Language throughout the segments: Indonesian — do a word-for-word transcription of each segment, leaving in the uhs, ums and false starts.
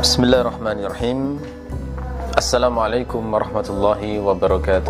Bismillahirrahmanirrahim. Assalamualaikum warahmatullahi wabarakatuh.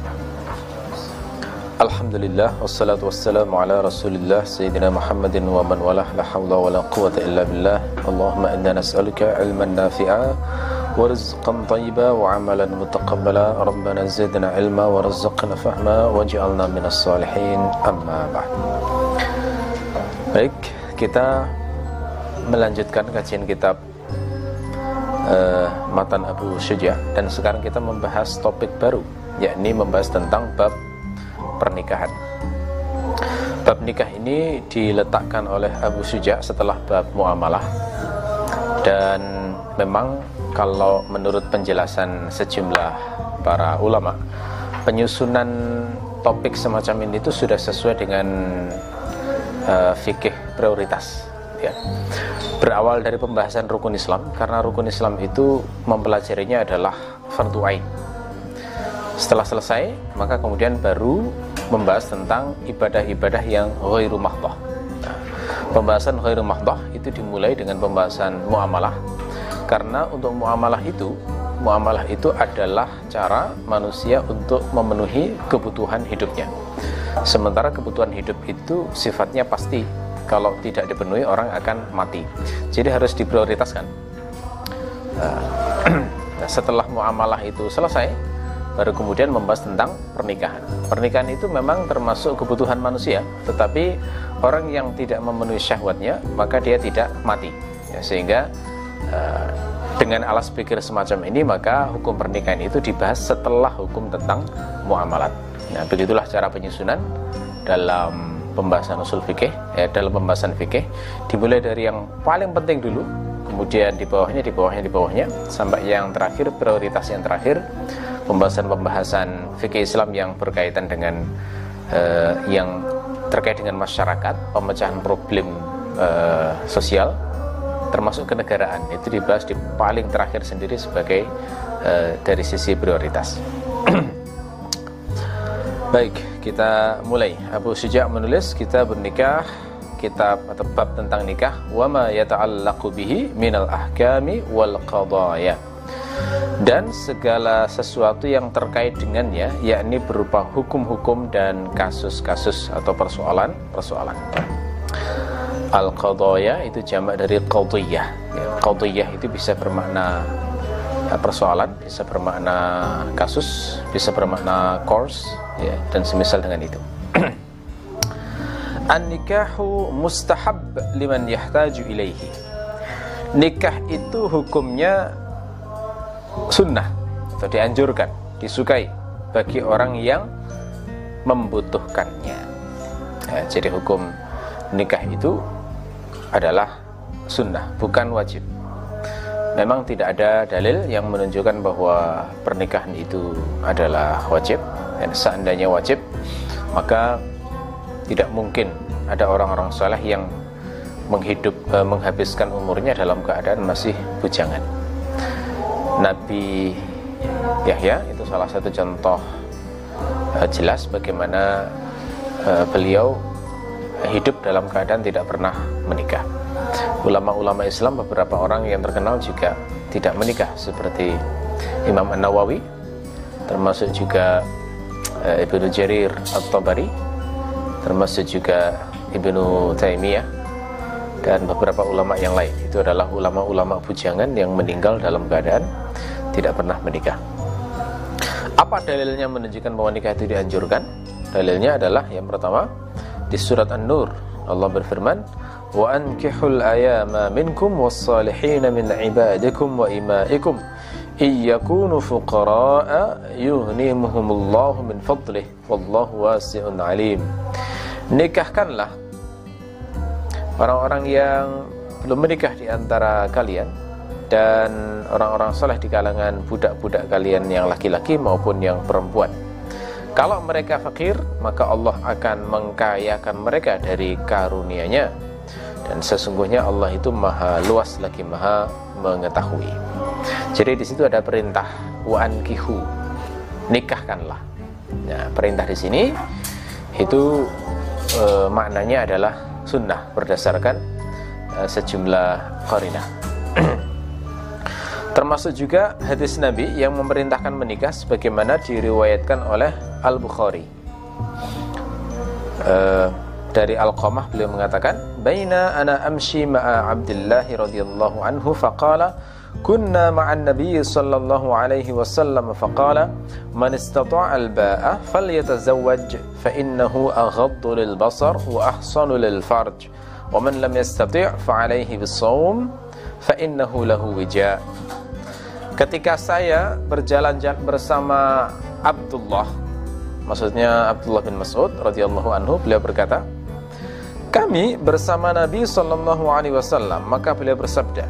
Alhamdulillah, wassalatu wassalamu ala rasulillah Sayyidina Muhammadin wa man walah, la hawla wa la quwata illa billah. Allahumma inna nas'aluka ilman nafi'a wa rizqan tayyiba wa amalan mutaqabbala. Rabbana zidna ilma wa rizqna fahma waj'alna minas salihin. Amma ba'd. Baik, kita melanjutkan kajian kitab uh, Matan Abu Syuja', dan sekarang kita membahas topik baru, yakni membahas tentang bab pernikahan. Bab nikah ini diletakkan oleh Abu Syuja' setelah bab muamalah, dan memang kalau menurut penjelasan sejumlah para ulama, penyusunan topik semacam ini itu sudah sesuai dengan uh, fikih prioritas, ya. Berawal dari pembahasan rukun Islam, karena rukun Islam itu mempelajarinya adalah fardu ain. Setelah selesai, maka kemudian baru membahas tentang ibadah-ibadah yang ghairu mahdhah. Nah, pembahasan ghairu mahdhah itu dimulai dengan pembahasan muamalah, karena untuk muamalah itu muamalah itu adalah cara manusia untuk memenuhi kebutuhan hidupnya. Sementara kebutuhan hidup itu sifatnya pasti, kalau tidak dipenuhi orang akan mati. Jadi harus diprioritaskan. Nah, setelah muamalah itu selesai, baru kemudian membahas tentang pernikahan. Pernikahan itu memang termasuk kebutuhan manusia, tetapi orang yang tidak memenuhi syahwatnya, maka dia tidak mati, ya, sehingga uh, dengan alas pikir semacam ini, maka hukum pernikahan itu dibahas setelah hukum tentang muamalat. Nah, begitulah cara penyusunan dalam pembahasan usul fikih, ya, dalam pembahasan fikih dimulai dari yang paling penting dulu, kemudian di bawahnya, di bawahnya, di bawahnya, sampai yang terakhir, prioritas yang terakhir, pembahasan-pembahasan fikih Islam yang berkaitan dengan uh, yang terkait dengan masyarakat, pemecahan problem uh, sosial, termasuk kenegaraan, itu dibahas di paling terakhir sendiri sebagai uh, dari sisi prioritas. Baik, kita mulai. Abu Syuja' menulis kitab nikah, kitab atau bab tentang nikah, wa ma yata'allaqu bihi minal ahkami wal qadaya, dan segala sesuatu yang terkait dengannya, yakni berupa hukum-hukum dan kasus-kasus atau persoalan-persoalan. Al-qadaya itu jamak dari qadiyah. Ya, qadiyah itu bisa bermakna persoalan, bisa bermakna kasus, bisa bermakna course, ya, dan semisal dengan itu. An-nikahu mustahab liman yahtaju ilaihi. Nikah itu hukumnya sunnah atau dianjurkan, disukai bagi orang yang membutuhkannya. Ya, jadi hukum nikah itu adalah sunnah, bukan wajib. Memang tidak ada dalil yang menunjukkan bahwa pernikahan itu adalah wajib. Dan seandainya wajib, maka tidak mungkin ada orang-orang saleh yang menghidup, eh, menghabiskan umurnya dalam keadaan masih bujangan. Nabi Yahya itu salah satu contoh eh, jelas bagaimana eh, beliau hidup dalam keadaan tidak pernah menikah. Ulama-ulama Islam, beberapa orang yang terkenal juga tidak menikah, seperti Imam An-Nawawi, termasuk juga e, Ibnu Jarir At-Tabari, termasuk juga Ibnu Taimiyah, dan beberapa ulama yang lain. Itu adalah ulama-ulama bujangan yang meninggal dalam keadaan tidak pernah menikah. Apa dalilnya menunjukkan bahwa nikah itu dianjurkan? Dalilnya adalah yang pertama, di surat An-Nur Allah berfirman, wa ankihul ayama minkum was-salihina min ibadikum wa imaikum iyyakunu fuqara'a yughnihimullahu min fadlih wallahu wasi'un alim. Nikahkanlah orang-orang yang belum menikah di antara kalian dan orang-orang saleh di kalangan budak-budak kalian yang laki-laki maupun yang perempuan. Kalau mereka fakir, maka Allah akan mengkayakan mereka dari karunia-Nya, dan sesungguhnya Allah itu maha luas lagi maha mengetahui. Jadi di situ ada perintah wa ankihu, nikahkanlah. Nah, perintah di sini itu e, maknanya adalah sunnah berdasarkan e, sejumlah qarinah. Termasuk juga hadis Nabi yang memerintahkan menikah sebagaimana diriwayatkan oleh Al-Bukhari. Uh, dari Al-Qamah beliau mengatakan, "Baina ana amshi ma'a Abdullah radhiyallahu anhu faqala kunna ma'an nabiy sallallahu alaihi wasallam faqala man istata'a al-ba'a falyatazawwaj fa innahu aghaddu lil basar wa ahsanu lil farj wa man lam yastati' fa alaihi bis-shaum fa innahu lahu wija." Ketika saya berjalan-jalan bersama Abdullah, maksudnya Abdullah bin Mas'ud radhiyallahu anhu, beliau berkata, kami bersama Nabi sallallahu alaihi wasallam, maka beliau bersabda,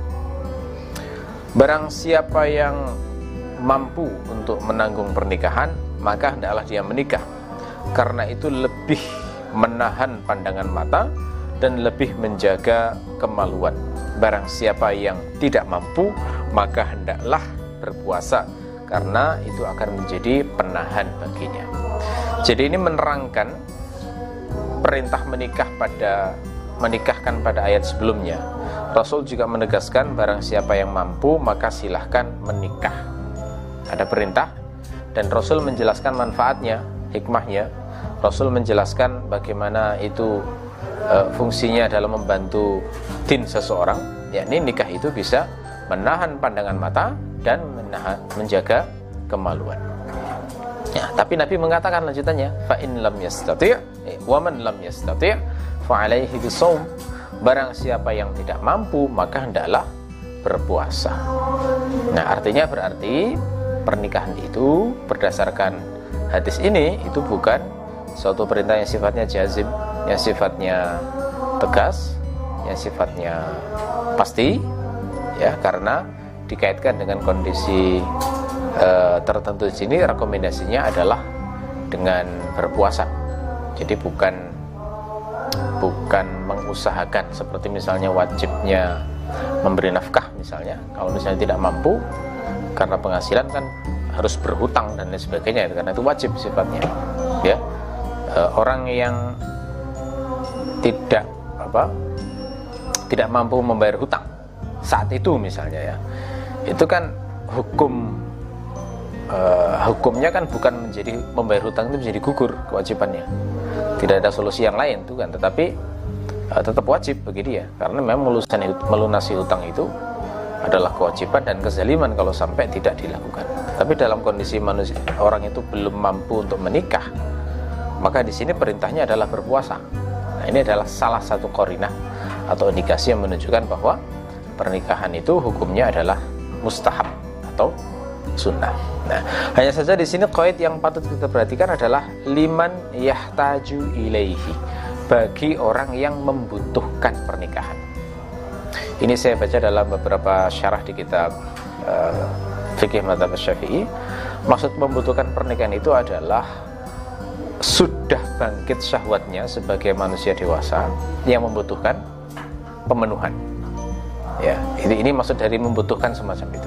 barang siapa yang mampu untuk menanggung pernikahan, maka hendaklah dia menikah, karena itu lebih menahan pandangan mata dan lebih menjaga kemaluan. Barang siapa yang tidak mampu, maka hendaklah berpuasa, karena itu akan menjadi penahan baginya. Jadi ini menerangkan perintah menikah pada menikahkan pada ayat sebelumnya. Rasul juga menegaskan barang siapa yang mampu maka silahkan menikah. Ada perintah dan Rasul menjelaskan manfaatnya, hikmahnya. Rasul menjelaskan bagaimana itu e, fungsinya dalam membantu din seseorang, yakni nikah itu bisa menahan pandangan mata dan menahan, menjaga kemaluan. Ya, tapi Nabi mengatakan lanjutannya, fa in lam yastati' wa man lam yastati' fa alaihi bisawm. Barang siapa yang tidak mampu maka hendaklah berpuasa. Nah, artinya berarti pernikahan itu berdasarkan hadis ini itu bukan suatu perintah yang sifatnya jazim, yang sifatnya tegas, yang sifatnya pasti, ya, karena dikaitkan dengan kondisi e, tertentu di sini. Rekomendasinya adalah dengan berpuasa. Jadi bukan bukan mengusahakan seperti misalnya wajibnya memberi nafkah misalnya. Kalau misalnya tidak mampu karena penghasilan kan harus berhutang dan lain sebagainya, karena itu wajib sifatnya, ya. E, orang yang tidak apa tidak mampu membayar hutang saat itu misalnya, ya, itu kan hukum uh, hukumnya kan bukan menjadi membayar hutang itu menjadi gugur kewajibannya, tidak ada solusi yang lain tuh kan, tetapi uh, tetap wajib bagi dia, karena memang melunasi, melunasi hutang itu adalah kewajiban dan kezaliman kalau sampai tidak dilakukan. Tapi dalam kondisi manusia orang itu belum mampu untuk menikah, maka di sini perintahnya adalah berpuasa. Nah, ini adalah salah satu qarinah atau indikasi yang menunjukkan bahwa pernikahan itu hukumnya adalah mustahab atau sunnah. Nah, hanya saja di sini qaid yang patut kita perhatikan adalah liman yahtaju ilaihi, bagi orang yang membutuhkan pernikahan. Ini saya baca dalam beberapa syarah di kitab uh, Fikih Madzhab Syafi'i. Maksud membutuhkan pernikahan itu adalah sudah bangkit syahwatnya sebagai manusia dewasa yang membutuhkan pemenuhan. Ya, ini, ini maksud dari membutuhkan semacam itu.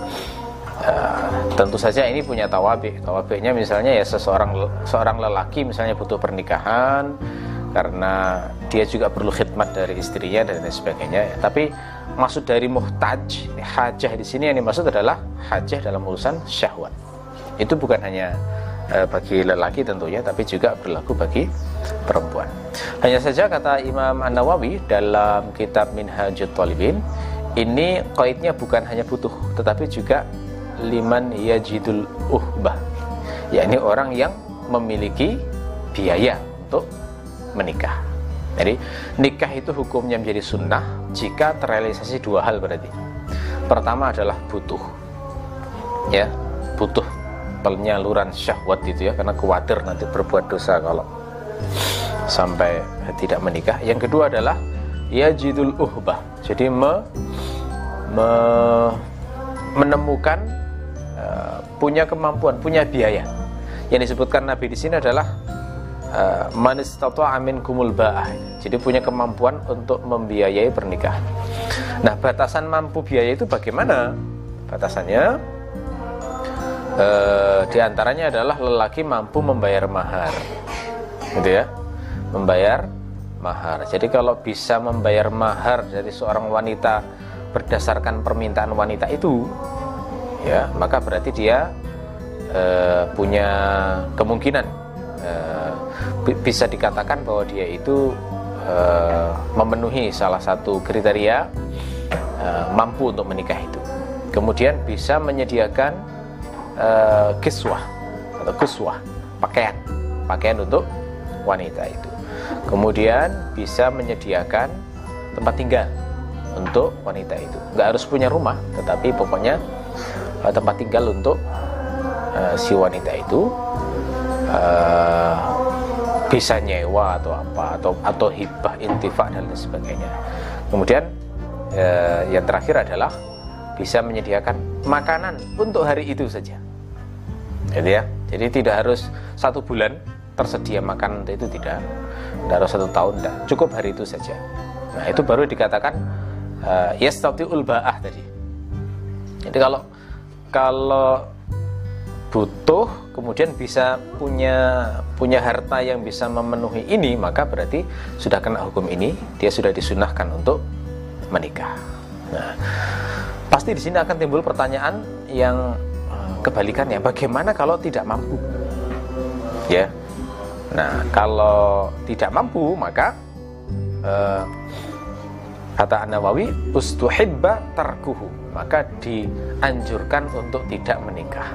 Uh, tentu saja ini punya tawabi. Tawabinya misalnya ya seseorang seorang lelaki misalnya butuh pernikahan karena dia juga perlu khidmat dari istrinya dan lain sebagainya. Ya. Tapi maksud dari muhtaj, hajah di sini yang dimaksud adalah hajah dalam urusan syahwat. Itu bukan hanya uh, bagi lelaki tentunya, tapi juga berlaku bagi perempuan. Hanya saja kata Imam An-Nawawi dalam kitab Minhajut Thalibin, ini qaidnya bukan hanya butuh, tetapi juga liman yajidul uhbah, yakni orang yang memiliki biaya untuk menikah. Jadi nikah itu hukumnya menjadi sunnah jika terrealisasi dua hal berarti. Pertama adalah butuh, ya, butuh penyaluran syahwat itu ya, karena khawatir nanti berbuat dosa kalau sampai tidak menikah. Yang kedua adalah yajidul uhbah, jadi me, me, menemukan uh, punya kemampuan, punya biaya. Yang disebutkan Nabi di sini adalah uh, man istata'a minkumul ba'ah, jadi punya kemampuan untuk membiayai pernikahan. Nah, batasan mampu biaya itu bagaimana? Batasannya uh, diantaranya adalah lelaki mampu membayar mahar, gitu ya, membayar mahar. Jadi kalau bisa membayar mahar dari seorang wanita berdasarkan permintaan wanita itu, ya, maka berarti dia uh, punya kemungkinan uh, bisa dikatakan bahwa dia itu uh, memenuhi salah satu kriteria uh, mampu untuk menikah itu. Kemudian bisa menyediakan uh, kiswah atau kuswah, pakaian pakaian untuk wanita itu. Kemudian bisa menyediakan tempat tinggal untuk wanita itu. Nggak harus punya rumah, tetapi pokoknya uh, tempat tinggal untuk uh, si wanita itu, uh, bisa nyewa atau apa, atau atau hibah, intifak dan lain sebagainya. Kemudian uh, yang terakhir adalah bisa menyediakan makanan untuk hari itu saja. Jadi ya, jadi tidak harus satu bulan tersedia makanan itu, tidak. Tidak harus satu tahun, tidak. Cukup hari itu saja. Nah, itu baru dikatakan uh, yastati'ul ba'ah tadi. Jadi kalau kalau butuh kemudian bisa punya punya harta yang bisa memenuhi ini, maka berarti sudah kena hukum ini, dia sudah disunahkan untuk menikah. Nah, pasti di sini akan timbul pertanyaan yang uh, kebalikannya, bagaimana kalau tidak mampu? Ya. Nah, kalau tidak mampu, maka uh, kata An-Nawawi ustuhibba tarkuhu, maka dianjurkan untuk tidak menikah.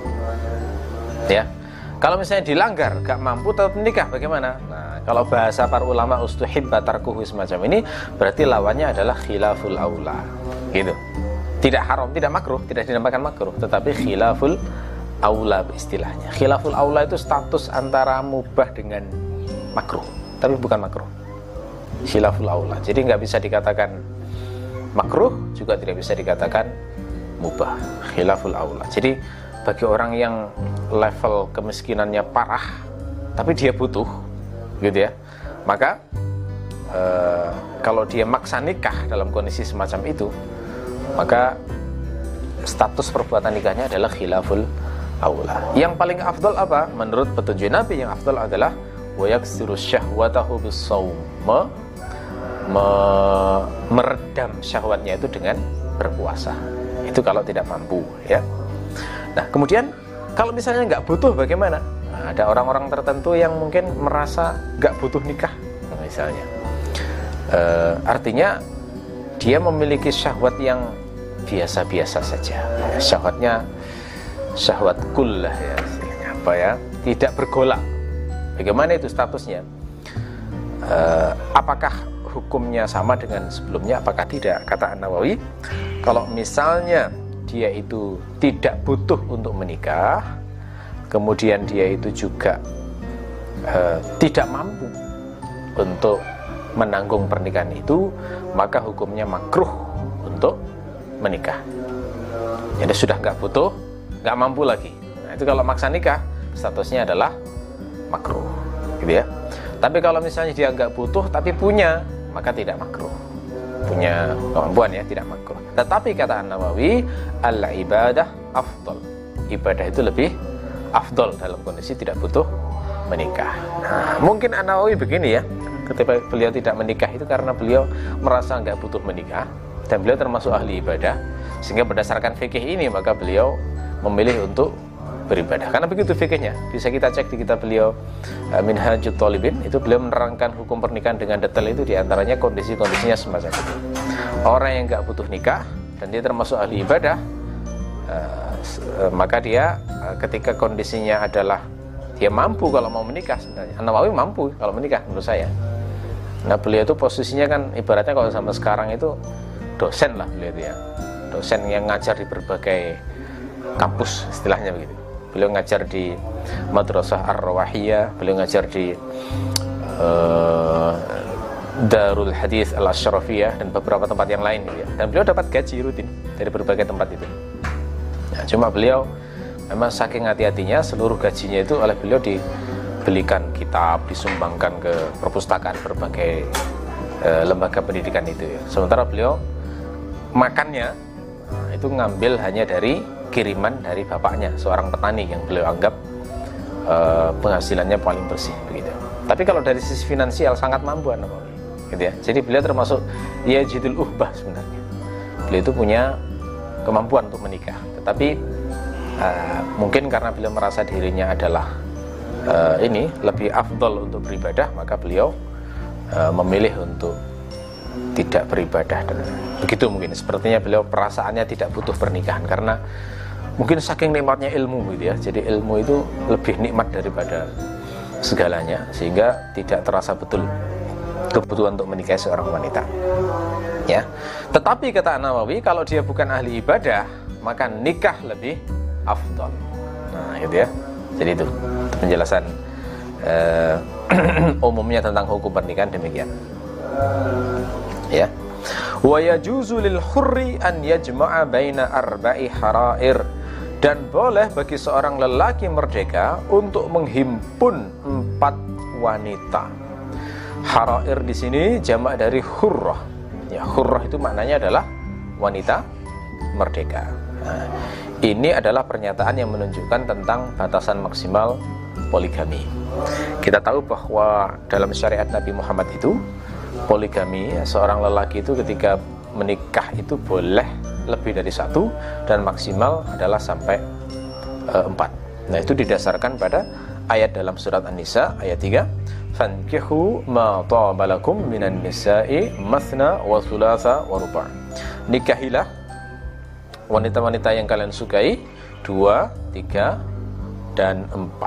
Ya, kalau misalnya dilanggar, gak mampu tetap menikah, bagaimana? Nah, kalau bahasa para ulama ustuhibba tarkuhu semacam ini, berarti lawannya adalah khilaful aula, gitu. Tidak haram, tidak makruh, tidak dinamakan makruh, tetapi khilaful aula istilahnya. Khilaful aula itu status antara mubah dengan makruh, tapi bukan makruh. Khilaful aula. Jadi nggak bisa dikatakan makruh, juga tidak bisa dikatakan mubah. Khilaful aula. Jadi bagi orang yang level kemiskinannya parah, tapi dia butuh, gitu ya, maka eh, kalau dia maksa nikah dalam kondisi semacam itu, maka status perbuatan nikahnya adalah khilaful aula. Yang paling afdal apa? Menurut petunjuk Nabi, yang afdal adalah wa yaksiru syahwatahu bis-shaum, me, me, meredam syahwatnya itu dengan berpuasa. Itu kalau tidak mampu, ya. Nah, kemudian kalau misalnya nggak butuh, bagaimana? Nah, ada orang-orang tertentu yang mungkin merasa nggak butuh nikah, misalnya. E, artinya dia memiliki syahwat yang biasa-biasa saja. Syahwatnya syahwat kullah, ya, apa ya, tidak bergolak. Bagaimana itu statusnya? Uh, apakah hukumnya sama dengan sebelumnya? Apakah tidak? Kata An-Nawawi, kalau misalnya dia itu tidak butuh untuk menikah, kemudian dia itu juga uh, tidak mampu untuk menanggung pernikahan itu, maka hukumnya makruh untuk menikah. Jadi sudah nggak butuh, nggak mampu lagi. Nah, itu kalau maksa nikah, statusnya adalah makruh, gitu ya. Tapi kalau misalnya dia nggak butuh tapi punya, maka tidak makruh. Punya kemampuan, ya, tidak makruh. Tetapi kata An-Nawawi, al-ibadah afdal. Ibadah itu lebih afdal dalam kondisi tidak butuh menikah. Nah, mungkin An-Nawawi begini, ya, ketika beliau tidak menikah itu karena beliau merasa nggak butuh menikah dan beliau termasuk ahli ibadah, sehingga berdasarkan fikih ini maka beliau memilih untuk beribadah. Karena begitu fikihnya, bisa kita cek di kitab beliau uh, Minhajut Thalibin, itu beliau menerangkan hukum pernikahan dengan detail, itu diantaranya kondisi-kondisinya semacam itu. Orang yang nggak butuh nikah dan dia termasuk ahli ibadah, uh, uh, maka dia uh, ketika kondisinya adalah dia mampu kalau mau menikah. Sebenarnya An-Nawawi mampu kalau menikah menurut saya. Nah, beliau itu posisinya kan ibaratnya kalau sama sekarang itu dosen lah beliau itu, ya, dosen yang ngajar di berbagai kampus, istilahnya begitu. Beliau ngajar di Madrasah Ar-Rawahiyah, beliau ngajar di uh, Darul Hadis Al-Ashrafiyah dan beberapa tempat yang lain, gitu ya. Dan beliau dapat gaji rutin dari berbagai tempat itu. Nah, cuma beliau memang saking hati-hatinya, seluruh gajinya itu oleh beliau dibelikan kitab, disumbangkan ke perpustakaan berbagai uh, lembaga pendidikan itu, ya. Sementara beliau makannya itu ngambil hanya dari kiriman dari bapaknya, seorang petani yang beliau anggap uh, penghasilannya paling bersih, begitu. Tapi kalau dari sisi finansial sangat mampu, gitu ya. Jadi beliau termasuk yajidul uhbah sebenarnya. Beliau itu punya kemampuan untuk menikah. Tapi uh, mungkin karena beliau merasa dirinya adalah uh, ini lebih afdol untuk beribadah, maka beliau uh, memilih untuk tidak beribadah. Dan begitu mungkin, sepertinya beliau perasaannya tidak butuh pernikahan karena mungkin saking nikmatnya ilmu gitu ya. Jadi ilmu itu lebih nikmat daripada segalanya, sehingga tidak terasa betul kebutuhan untuk menikahi seorang wanita. Ya, tetapi kata Nawawi, kalau dia bukan ahli ibadah, maka nikah lebih afdal. Nah, gitu ya. Jadi itu, itu penjelasan uh, umumnya tentang hukum pernikahan demikian. Ya. Wa yajuzu lil hurri an yajma'a baina arba'i harair, dan boleh bagi seorang lelaki merdeka untuk menghimpun empat wanita. Harair di sini jamak dari hurrah. Ya, hurrah itu maknanya adalah wanita merdeka. Nah, ini adalah pernyataan yang menunjukkan tentang batasan maksimal poligami. Kita tahu bahwa dalam syariat Nabi Muhammad itu poligami, ya, seorang lelaki itu ketika menikah itu boleh lebih dari satu dan maksimal adalah sampai e, empat. Nah, itu didasarkan pada ayat dalam surat An-Nisa ayat tiga, fankihu ma taba lakum minan nisa'i mathna wa thulatha wa ruba'. Nikahilah wanita-wanita yang kalian sukai dua, tiga, dan empat.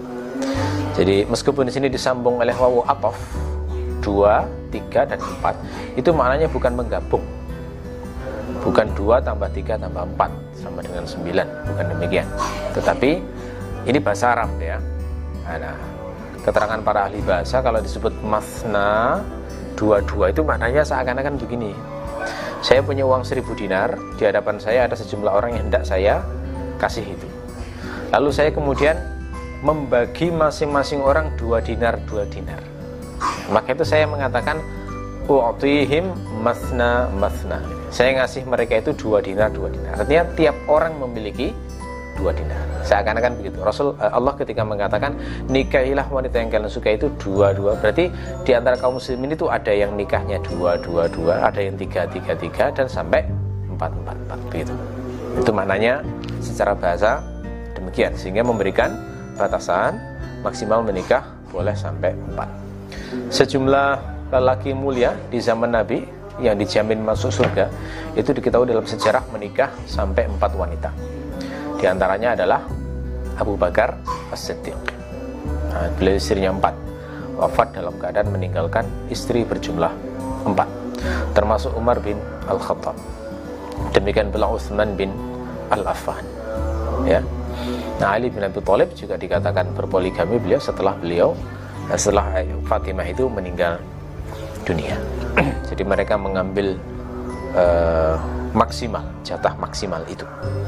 Jadi meskipun di sini disambung oleh wawu ataf dua, tiga, dan empat, itu maknanya bukan menggabung, bukan dua tambah tiga tambah empat sama dengan sembilan, bukan demikian. Tetapi ini bahasa Arab ya. Nah, keterangan para ahli bahasa kalau disebut masna dua-dua itu maknanya seakan-akan begini: saya punya uang seribu dinar, di hadapan saya ada sejumlah orang yang hendak saya kasih itu, lalu saya kemudian membagi masing-masing orang dua dinar dua dinar, maka itu saya mengatakan u'tihim masna masna, saya ngasih mereka itu dua dinar dua dinar. Artinya tiap orang memiliki dua dinar, seakan-akan begitu. Rasul Allah ketika mengatakan nikahilah wanita yang kalian suka itu dua-dua, berarti di antara kaum muslimin itu ada yang nikahnya dua-dua-dua, ada yang tiga-tiga-tiga, dan sampai empat-empat-empat begitu. Itu maknanya secara bahasa demikian, sehingga memberikan batasan maksimal menikah boleh sampai empat. Sejumlah lelaki mulia di zaman Nabi yang dijamin masuk surga itu diketahui dalam sejarah menikah sampai empat wanita. Di antaranya adalah Abu Bakar As-Siddiq. Nah, beliau istrinya empat, wafat dalam keadaan meninggalkan istri berjumlah empat, termasuk Umar bin Al-Khattab. Demikian pula Utsman bin Al-Affan. Ya. Nah, Ali bin Abi Thalib juga dikatakan berpoligami beliau setelah beliau setelah Fatimah itu meninggal dunia. Jadi mereka mengambil uh, maksimal, jatah maksimal itu.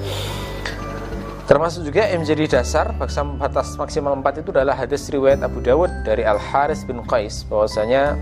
Termasuk juga yang menjadi dasar batas maksimal empat itu adalah hadis riwayat Abu Dawud dari Al-Haris bin Qais bahwasanya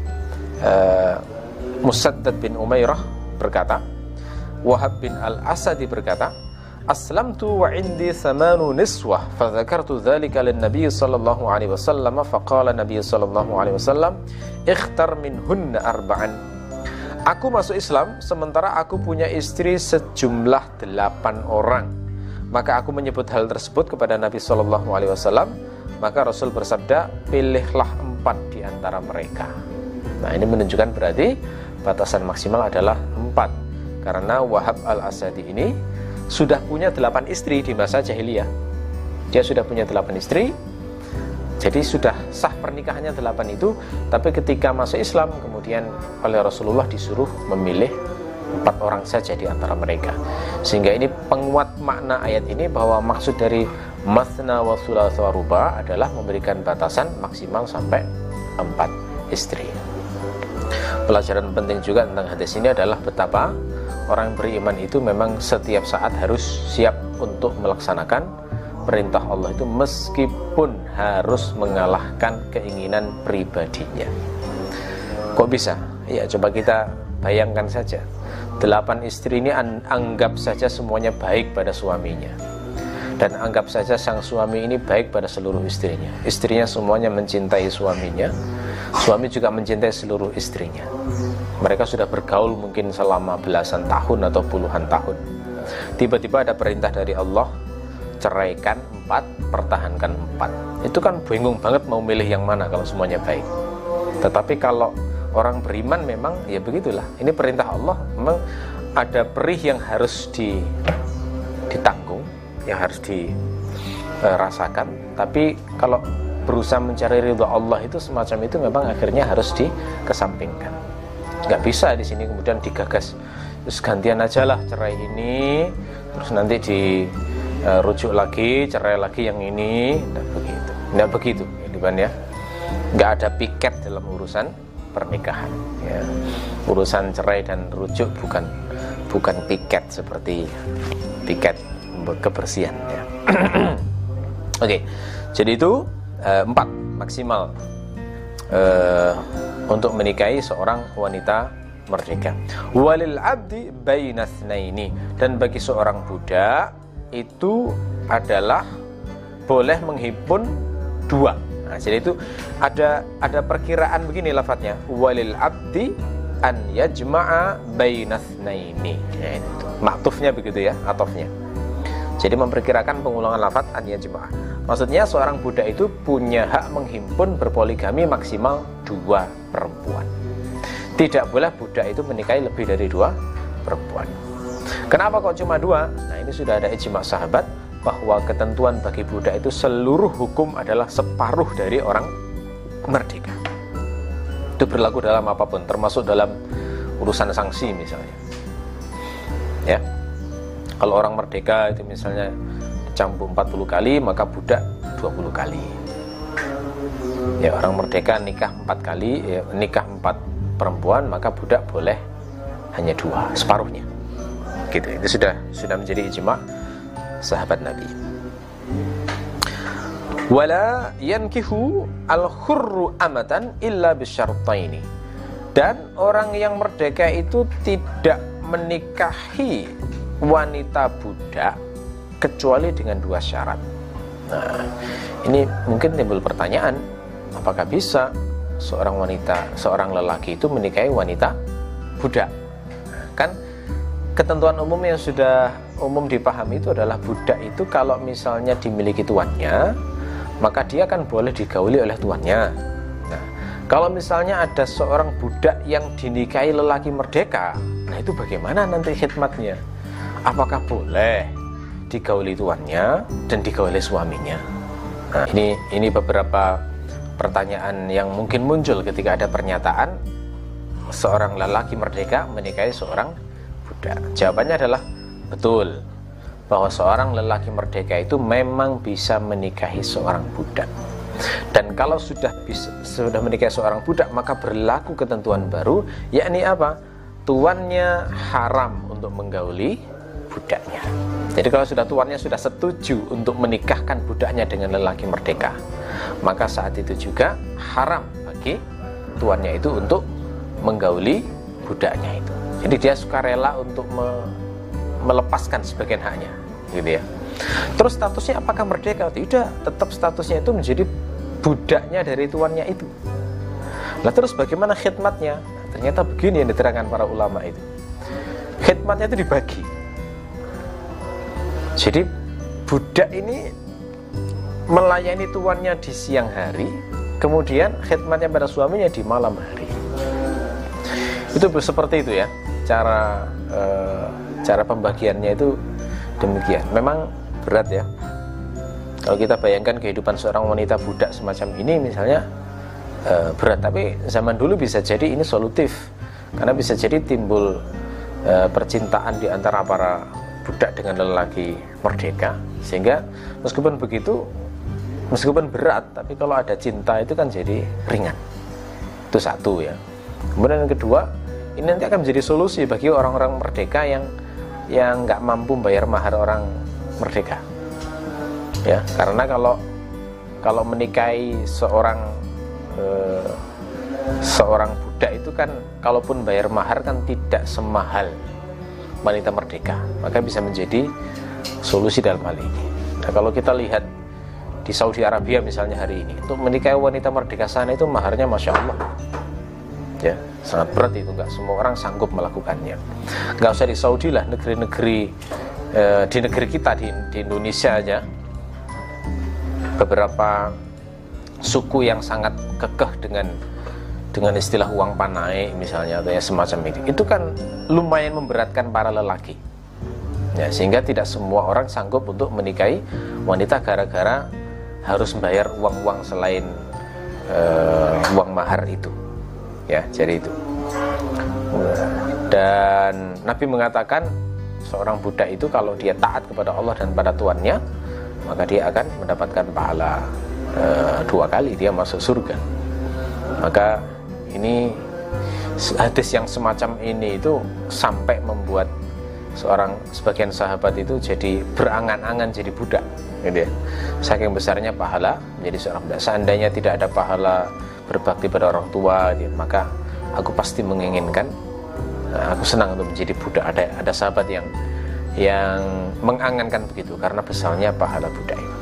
uh, Musaddad bin Umairah berkata, Wahab bin Al-Asadi berkata, aslamtu wa indi thamanu niswah fa dzakartu dzalika lin nabiy sallallahu alaihi wasallam fa qala nabiy sallallahu alaihi wasallam ikhtar minhunna arba'an. Aku masuk Islam sementara aku punya istri sejumlah delapan orang. Maka aku menyebut hal tersebut kepada Nabi sallallahu alaihi wasallam, maka Rasul bersabda, pilihlah empat di antara mereka. Nah, ini menunjukkan berarti batasan maksimal adalah empat, karena Wahab Al-Asadi ini sudah punya delapan istri di masa jahiliyah. Dia sudah punya delapan istri, jadi sudah sah pernikahannya delapan itu. Tapi ketika masuk Islam kemudian oleh Rasulullah disuruh memilih empat orang saja di antara mereka. Sehingga ini penguat makna ayat ini bahwa maksud dari mathna wa thulatha wa ruba' adalah memberikan batasan maksimal sampai empat istri. Pelajaran penting juga tentang hadis ini adalah betapa orang beriman itu memang setiap saat harus siap untuk melaksanakan perintah Allah itu meskipun harus mengalahkan keinginan pribadinya. Kok bisa? Ya, coba kita bayangkan saja. Delapan istri ini anggap saja semuanya baik pada suaminya, dan anggap saja sang suami ini baik pada seluruh istrinya. Istrinya semuanya mencintai suaminya, suami juga mencintai seluruh istrinya. Mereka sudah bergaul mungkin selama belasan tahun atau puluhan tahun. Tiba-tiba ada perintah dari Allah, ceraikan empat, pertahankan empat. Itu kan bingung banget mau milih yang mana kalau semuanya baik. Tetapi kalau orang beriman memang ya begitulah. Ini perintah Allah, memang ada perih yang harus di, ditanggung, yang harus dirasakan. Tapi kalau berusaha mencari ridha Allah itu semacam itu memang akhirnya harus dikesampingkan. Nggak bisa di sini kemudian digagas, terus gantian aja lah cerai ini, terus nanti dirujuk uh, lagi, cerai lagi yang ini. Nggak begitu, nggak begitu, ya, ya. Nggak ada piket dalam urusan pernikahan. Ya. Urusan cerai dan rujuk bukan bukan piket seperti piket kebersihan. Ya. Oke, jadi itu uh, empat maksimal uh, untuk menikahi seorang wanita merdeka. Walil abdi bainatsnaini, dan bagi seorang budak itu adalah boleh menghimpun dua. Nah, jadi itu ada ada perkiraan begini lafadznya, walil abdi an yajma'a bainatsnaini. Ya, itu maktufnya begitu ya, atofnya. Jadi memperkirakan pengulangan lafadz an yajma'a. Maksudnya seorang budak itu punya hak menghimpun berpoligami maksimal dua perempuan. Tidak boleh budak itu menikahi lebih dari dua perempuan. Kenapa kok cuma dua? Nah, ini sudah ada ijma' sahabat bahwa ketentuan bagi budak itu seluruh hukum adalah separuh dari orang merdeka. Itu berlaku dalam apapun, termasuk dalam urusan sanksi misalnya. Ya. Kalau orang merdeka itu misalnya dicambuk empat puluh kali, maka budak dua puluh kali. Ya, orang merdeka nikah empat kali, ya, nikah empat perempuan, maka budak boleh hanya dua, separuhnya. Gitu. Itu sudah sudah menjadi ijma' sahabat Nabi. Wala yankihu al-khurru amatan illa bisyartaini. Dan orang yang merdeka itu tidak menikahi wanita budak kecuali dengan dua syarat. Nah, ini mungkin timbul pertanyaan, apakah bisa seorang wanita, seorang lelaki itu menikahi wanita budak? Kan ketentuan umum yang sudah umum dipahami itu adalah budak itu kalau misalnya dimiliki tuannya, maka dia akan boleh digauli oleh tuannya. Nah, kalau misalnya ada seorang budak yang dinikahi lelaki merdeka, nah itu bagaimana nanti khidmatnya? Apakah boleh digauli tuannya dan digauli suaminya? Nah, ini ini beberapa pertanyaan yang mungkin muncul ketika ada pernyataan seorang lelaki merdeka menikahi seorang budak. Jawabannya adalah betul, bahwa seorang lelaki merdeka itu memang bisa menikahi seorang budak. Dan kalau sudah bisa, sudah menikahi seorang budak, maka berlaku ketentuan baru, yakni apa? Tuannya haram untuk menggauli budaknya. Jadi kalau sudah tuannya sudah setuju untuk menikahkan budaknya dengan lelaki merdeka, maka saat itu juga haram bagi tuannya itu untuk menggauli budaknya itu. Jadi dia sukarela untuk me melepaskan sebagian haknya, gitu ya. Terus statusnya apakah merdeka? Tidak, tetap statusnya itu menjadi budaknya dari tuannya itu. Nah, terus bagaimana khidmatnya? Nah, ternyata begini yang diterangkan para ulama itu. Khidmatnya itu dibagi. Jadi budak ini melayani tuannya di siang hari, kemudian khidmatnya pada suaminya di malam hari. Itu seperti itu ya, cara e, cara pembagiannya itu demikian. Memang berat ya. Kalau kita bayangkan kehidupan seorang wanita budak semacam ini misalnya, e, berat. Tapi zaman dulu bisa jadi ini solutif, karena bisa jadi timbul e, percintaan di antara para budak dengan lelaki merdeka, sehingga meskipun begitu, meskipun berat, tapi kalau ada cinta itu kan jadi ringan. Itu satu ya. Kemudian yang kedua, ini nanti akan menjadi solusi bagi orang-orang merdeka yang yang nggak mampu bayar mahar orang merdeka. Ya, karena kalau kalau menikahi seorang eh, seorang budak itu kan, kalaupun bayar mahar kan tidak semahal wanita merdeka, maka bisa menjadi solusi dalam hal ini. Nah, kalau kita lihat di Saudi Arabia misalnya hari ini, untuk menikahi wanita merdeka sana itu maharnya Masya Allah ya, sangat berat itu, nggak semua orang sanggup melakukannya. Nggak usah di Saudi lah, negeri-negeri e, di negeri kita di, di Indonesia aja beberapa suku yang sangat kekeh dengan dengan istilah uang panai misalnya atau yang semacam itu, itu kan lumayan memberatkan para lelaki. Ya, sehingga tidak semua orang sanggup untuk menikahi wanita gara-gara harus membayar uang-uang selain uh, uang mahar itu. Ya, jadi itu. Dan Nabi mengatakan seorang budak itu kalau dia taat kepada Allah dan pada tuannya, maka dia akan mendapatkan pahala uh, dua kali, dia masuk surga. Maka ini hadis yang semacam ini itu sampai membuat seorang sebagian sahabat itu jadi berangan-angan jadi budak, gitu ya. Saking besarnya pahala menjadi seorang budak. Seandainya tidak ada pahala berbakti pada orang tua, gitu, maka aku pasti menginginkan, aku senang untuk menjadi budak. Ada ada sahabat yang yang mengangankan begitu karena besarnya pahala budak itu.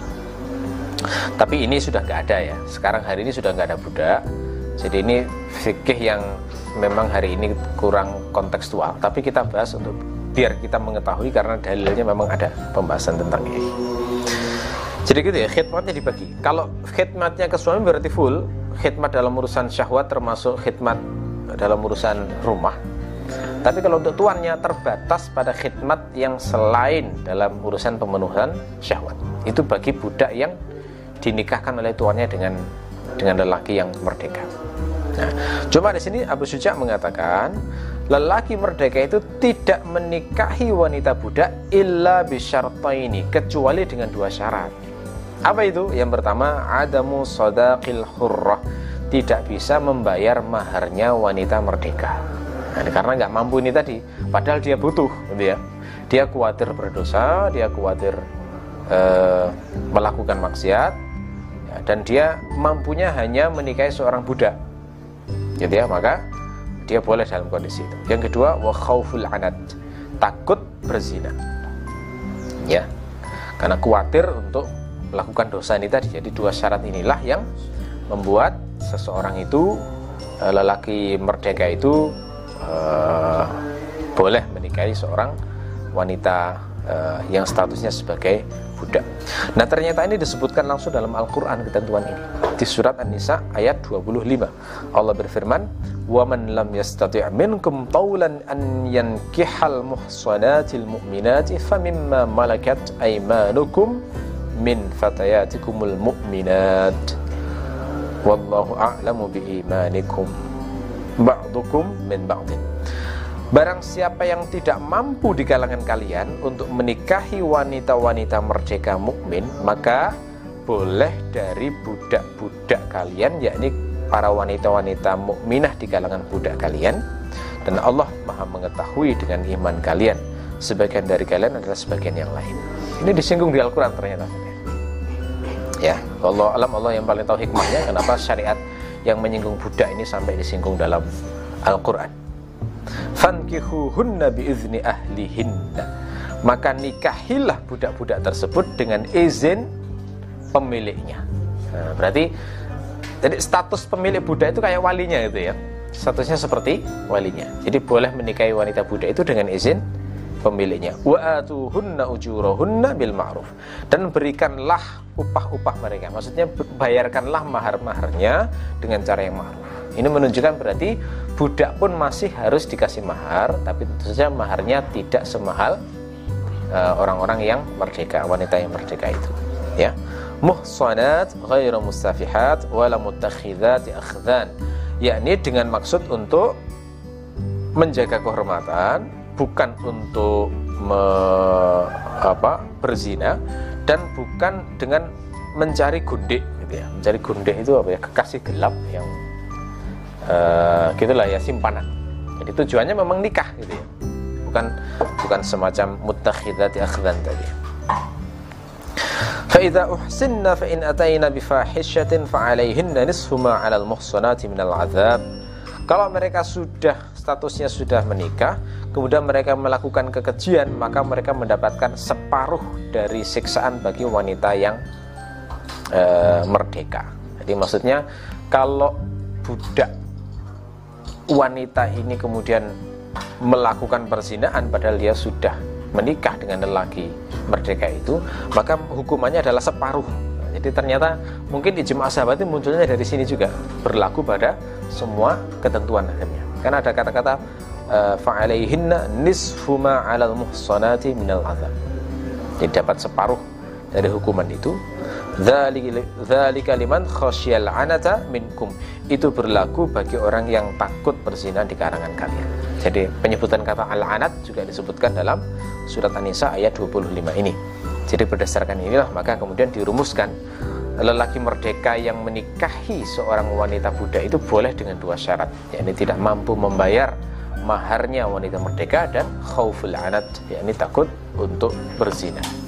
Tapi ini sudah nggak ada ya. Sekarang hari ini sudah nggak ada budak. Jadi ini fikih yang memang hari ini kurang kontekstual. Tapi kita bahas untuk biar kita mengetahui karena dalilnya memang ada pembahasan tentang ini. Jadi gitu ya, khidmatnya dibagi. Kalau khidmatnya ke suami berarti full, khidmat dalam urusan syahwat termasuk khidmat dalam urusan rumah. Tapi kalau untuk tuannya terbatas pada khidmat yang selain dalam urusan pemenuhan syahwat. Itu bagi budak yang dinikahkan oleh tuannya dengan dengan lelaki yang merdeka. Nah, cuma di sini Abu Syuja mengatakan lelaki merdeka itu tidak menikahi wanita budak illa bisyartaini, kecuali dengan dua syarat. Apa itu? Yang pertama, adamu sadaqil hurrah, tidak bisa membayar maharnya wanita merdeka. Nah, karena nggak mampu ini tadi, padahal dia butuh, gitu ya. Dia khawatir berdosa, dia khawatir uh, melakukan maksiat, ya, dan dia mampunya hanya menikahi seorang budak, gitu ya. Maka dia boleh dalam kondisi itu. Yang kedua, wa khauful anad, takut berzina, ya, karena khawatir untuk melakukan dosa ini tadi. Jadi dua syarat inilah yang membuat seseorang itu, lelaki merdeka itu uh, boleh menikahi seorang wanita uh, yang statusnya sebagai budak. Nah, ternyata ini disebutkan langsung dalam Al-Quran ketentuan ini di surat An-Nisa ayat dua puluh lima. Allah berfirman, wa man lam yastati' minkum tawlan an yankihal muhsanatil mu'minati famimma malakat aymanukum min fatayatikumul mu'minat wallahu a'lamu biimanikum ba'dukum min ba'din. Barang siapa yang tidak mampu di kalangan kalian untuk menikahi wanita-wanita merdeka mukmin, maka boleh dari budak-budak kalian, yakni para wanita-wanita mukminah di kalangan budak kalian. Dan Allah Maha mengetahui dengan iman kalian, sebagian dari kalian adalah sebagian yang lain. Ini disinggung di Al-Quran ternyata. Ya, Allah alam, Allah yang paling tahu hikmahnya kenapa syariat yang menyinggung budak ini sampai disinggung dalam Al-Quran. Fankihuhunna biizni ahlihinna, maka nikahilah budak-budak tersebut dengan izin pemiliknya. Nah, berarti jadi status pemilik budak itu kayak walinya gitu ya. Statusnya seperti walinya. Jadi boleh menikahi wanita budak itu dengan izin pemiliknya. Wa atuhunna ujurahunna bil ma'ruf, dan berikanlah upah-upah mereka. Maksudnya bayarkanlah mahar-maharnya dengan cara yang ma'ruf. Ini menunjukkan berarti budak pun masih harus dikasih mahar, tapi tentu saja maharnya tidak semahal uh, orang-orang yang merdeka, wanita yang merdeka itu. Ya, muhsanat ghairu mustafihat wala muttakhidhati akhdhan, yakni dengan maksud untuk menjaga kehormatan, bukan untuk me, apa, berzina, dan bukan dengan mencari gundik gitu ya. Mencari gundik itu apa ya? Kekasih gelap yang Uh, gitulah ya, simpanan. Jadi tujuannya memang nikah gitu ya, bukan bukan semacam muttakhidati akhdan tadi. Fa idza uhsinna fa in atayna bi fahishatin fa 'alayhinna nisfu ma 'alal muhsanati minal 'adzab. Kalau mereka sudah statusnya sudah menikah, kemudian mereka melakukan kekejian, maka mereka mendapatkan separuh dari siksaan bagi wanita yang uh, merdeka. Jadi maksudnya kalau budak wanita ini kemudian melakukan perzinaan padahal dia sudah menikah dengan lelaki merdeka itu, maka hukumannya adalah separuh. Jadi ternyata mungkin ijma' sahabat itu munculnya dari sini juga, berlaku pada semua ketentuan akhirnya. Karena ada kata-kata fa'alaihinna nisfu ma 'alal muhsanati minal 'adzab. Jadi dapat separuh dari hukuman itu. Dzalika liman khasyal 'anata minkum. Itu berlaku bagi orang yang takut berzina di kalangan kalian. Jadi penyebutan kata al-'anat juga disebutkan dalam surat An-Nisa ayat dua puluh lima ini. Jadi berdasarkan inilah maka kemudian dirumuskan lelaki merdeka yang menikahi seorang wanita budak itu boleh dengan dua syarat, yakni tidak mampu membayar maharnya wanita merdeka dan khauful 'anat, yakni takut untuk berzina.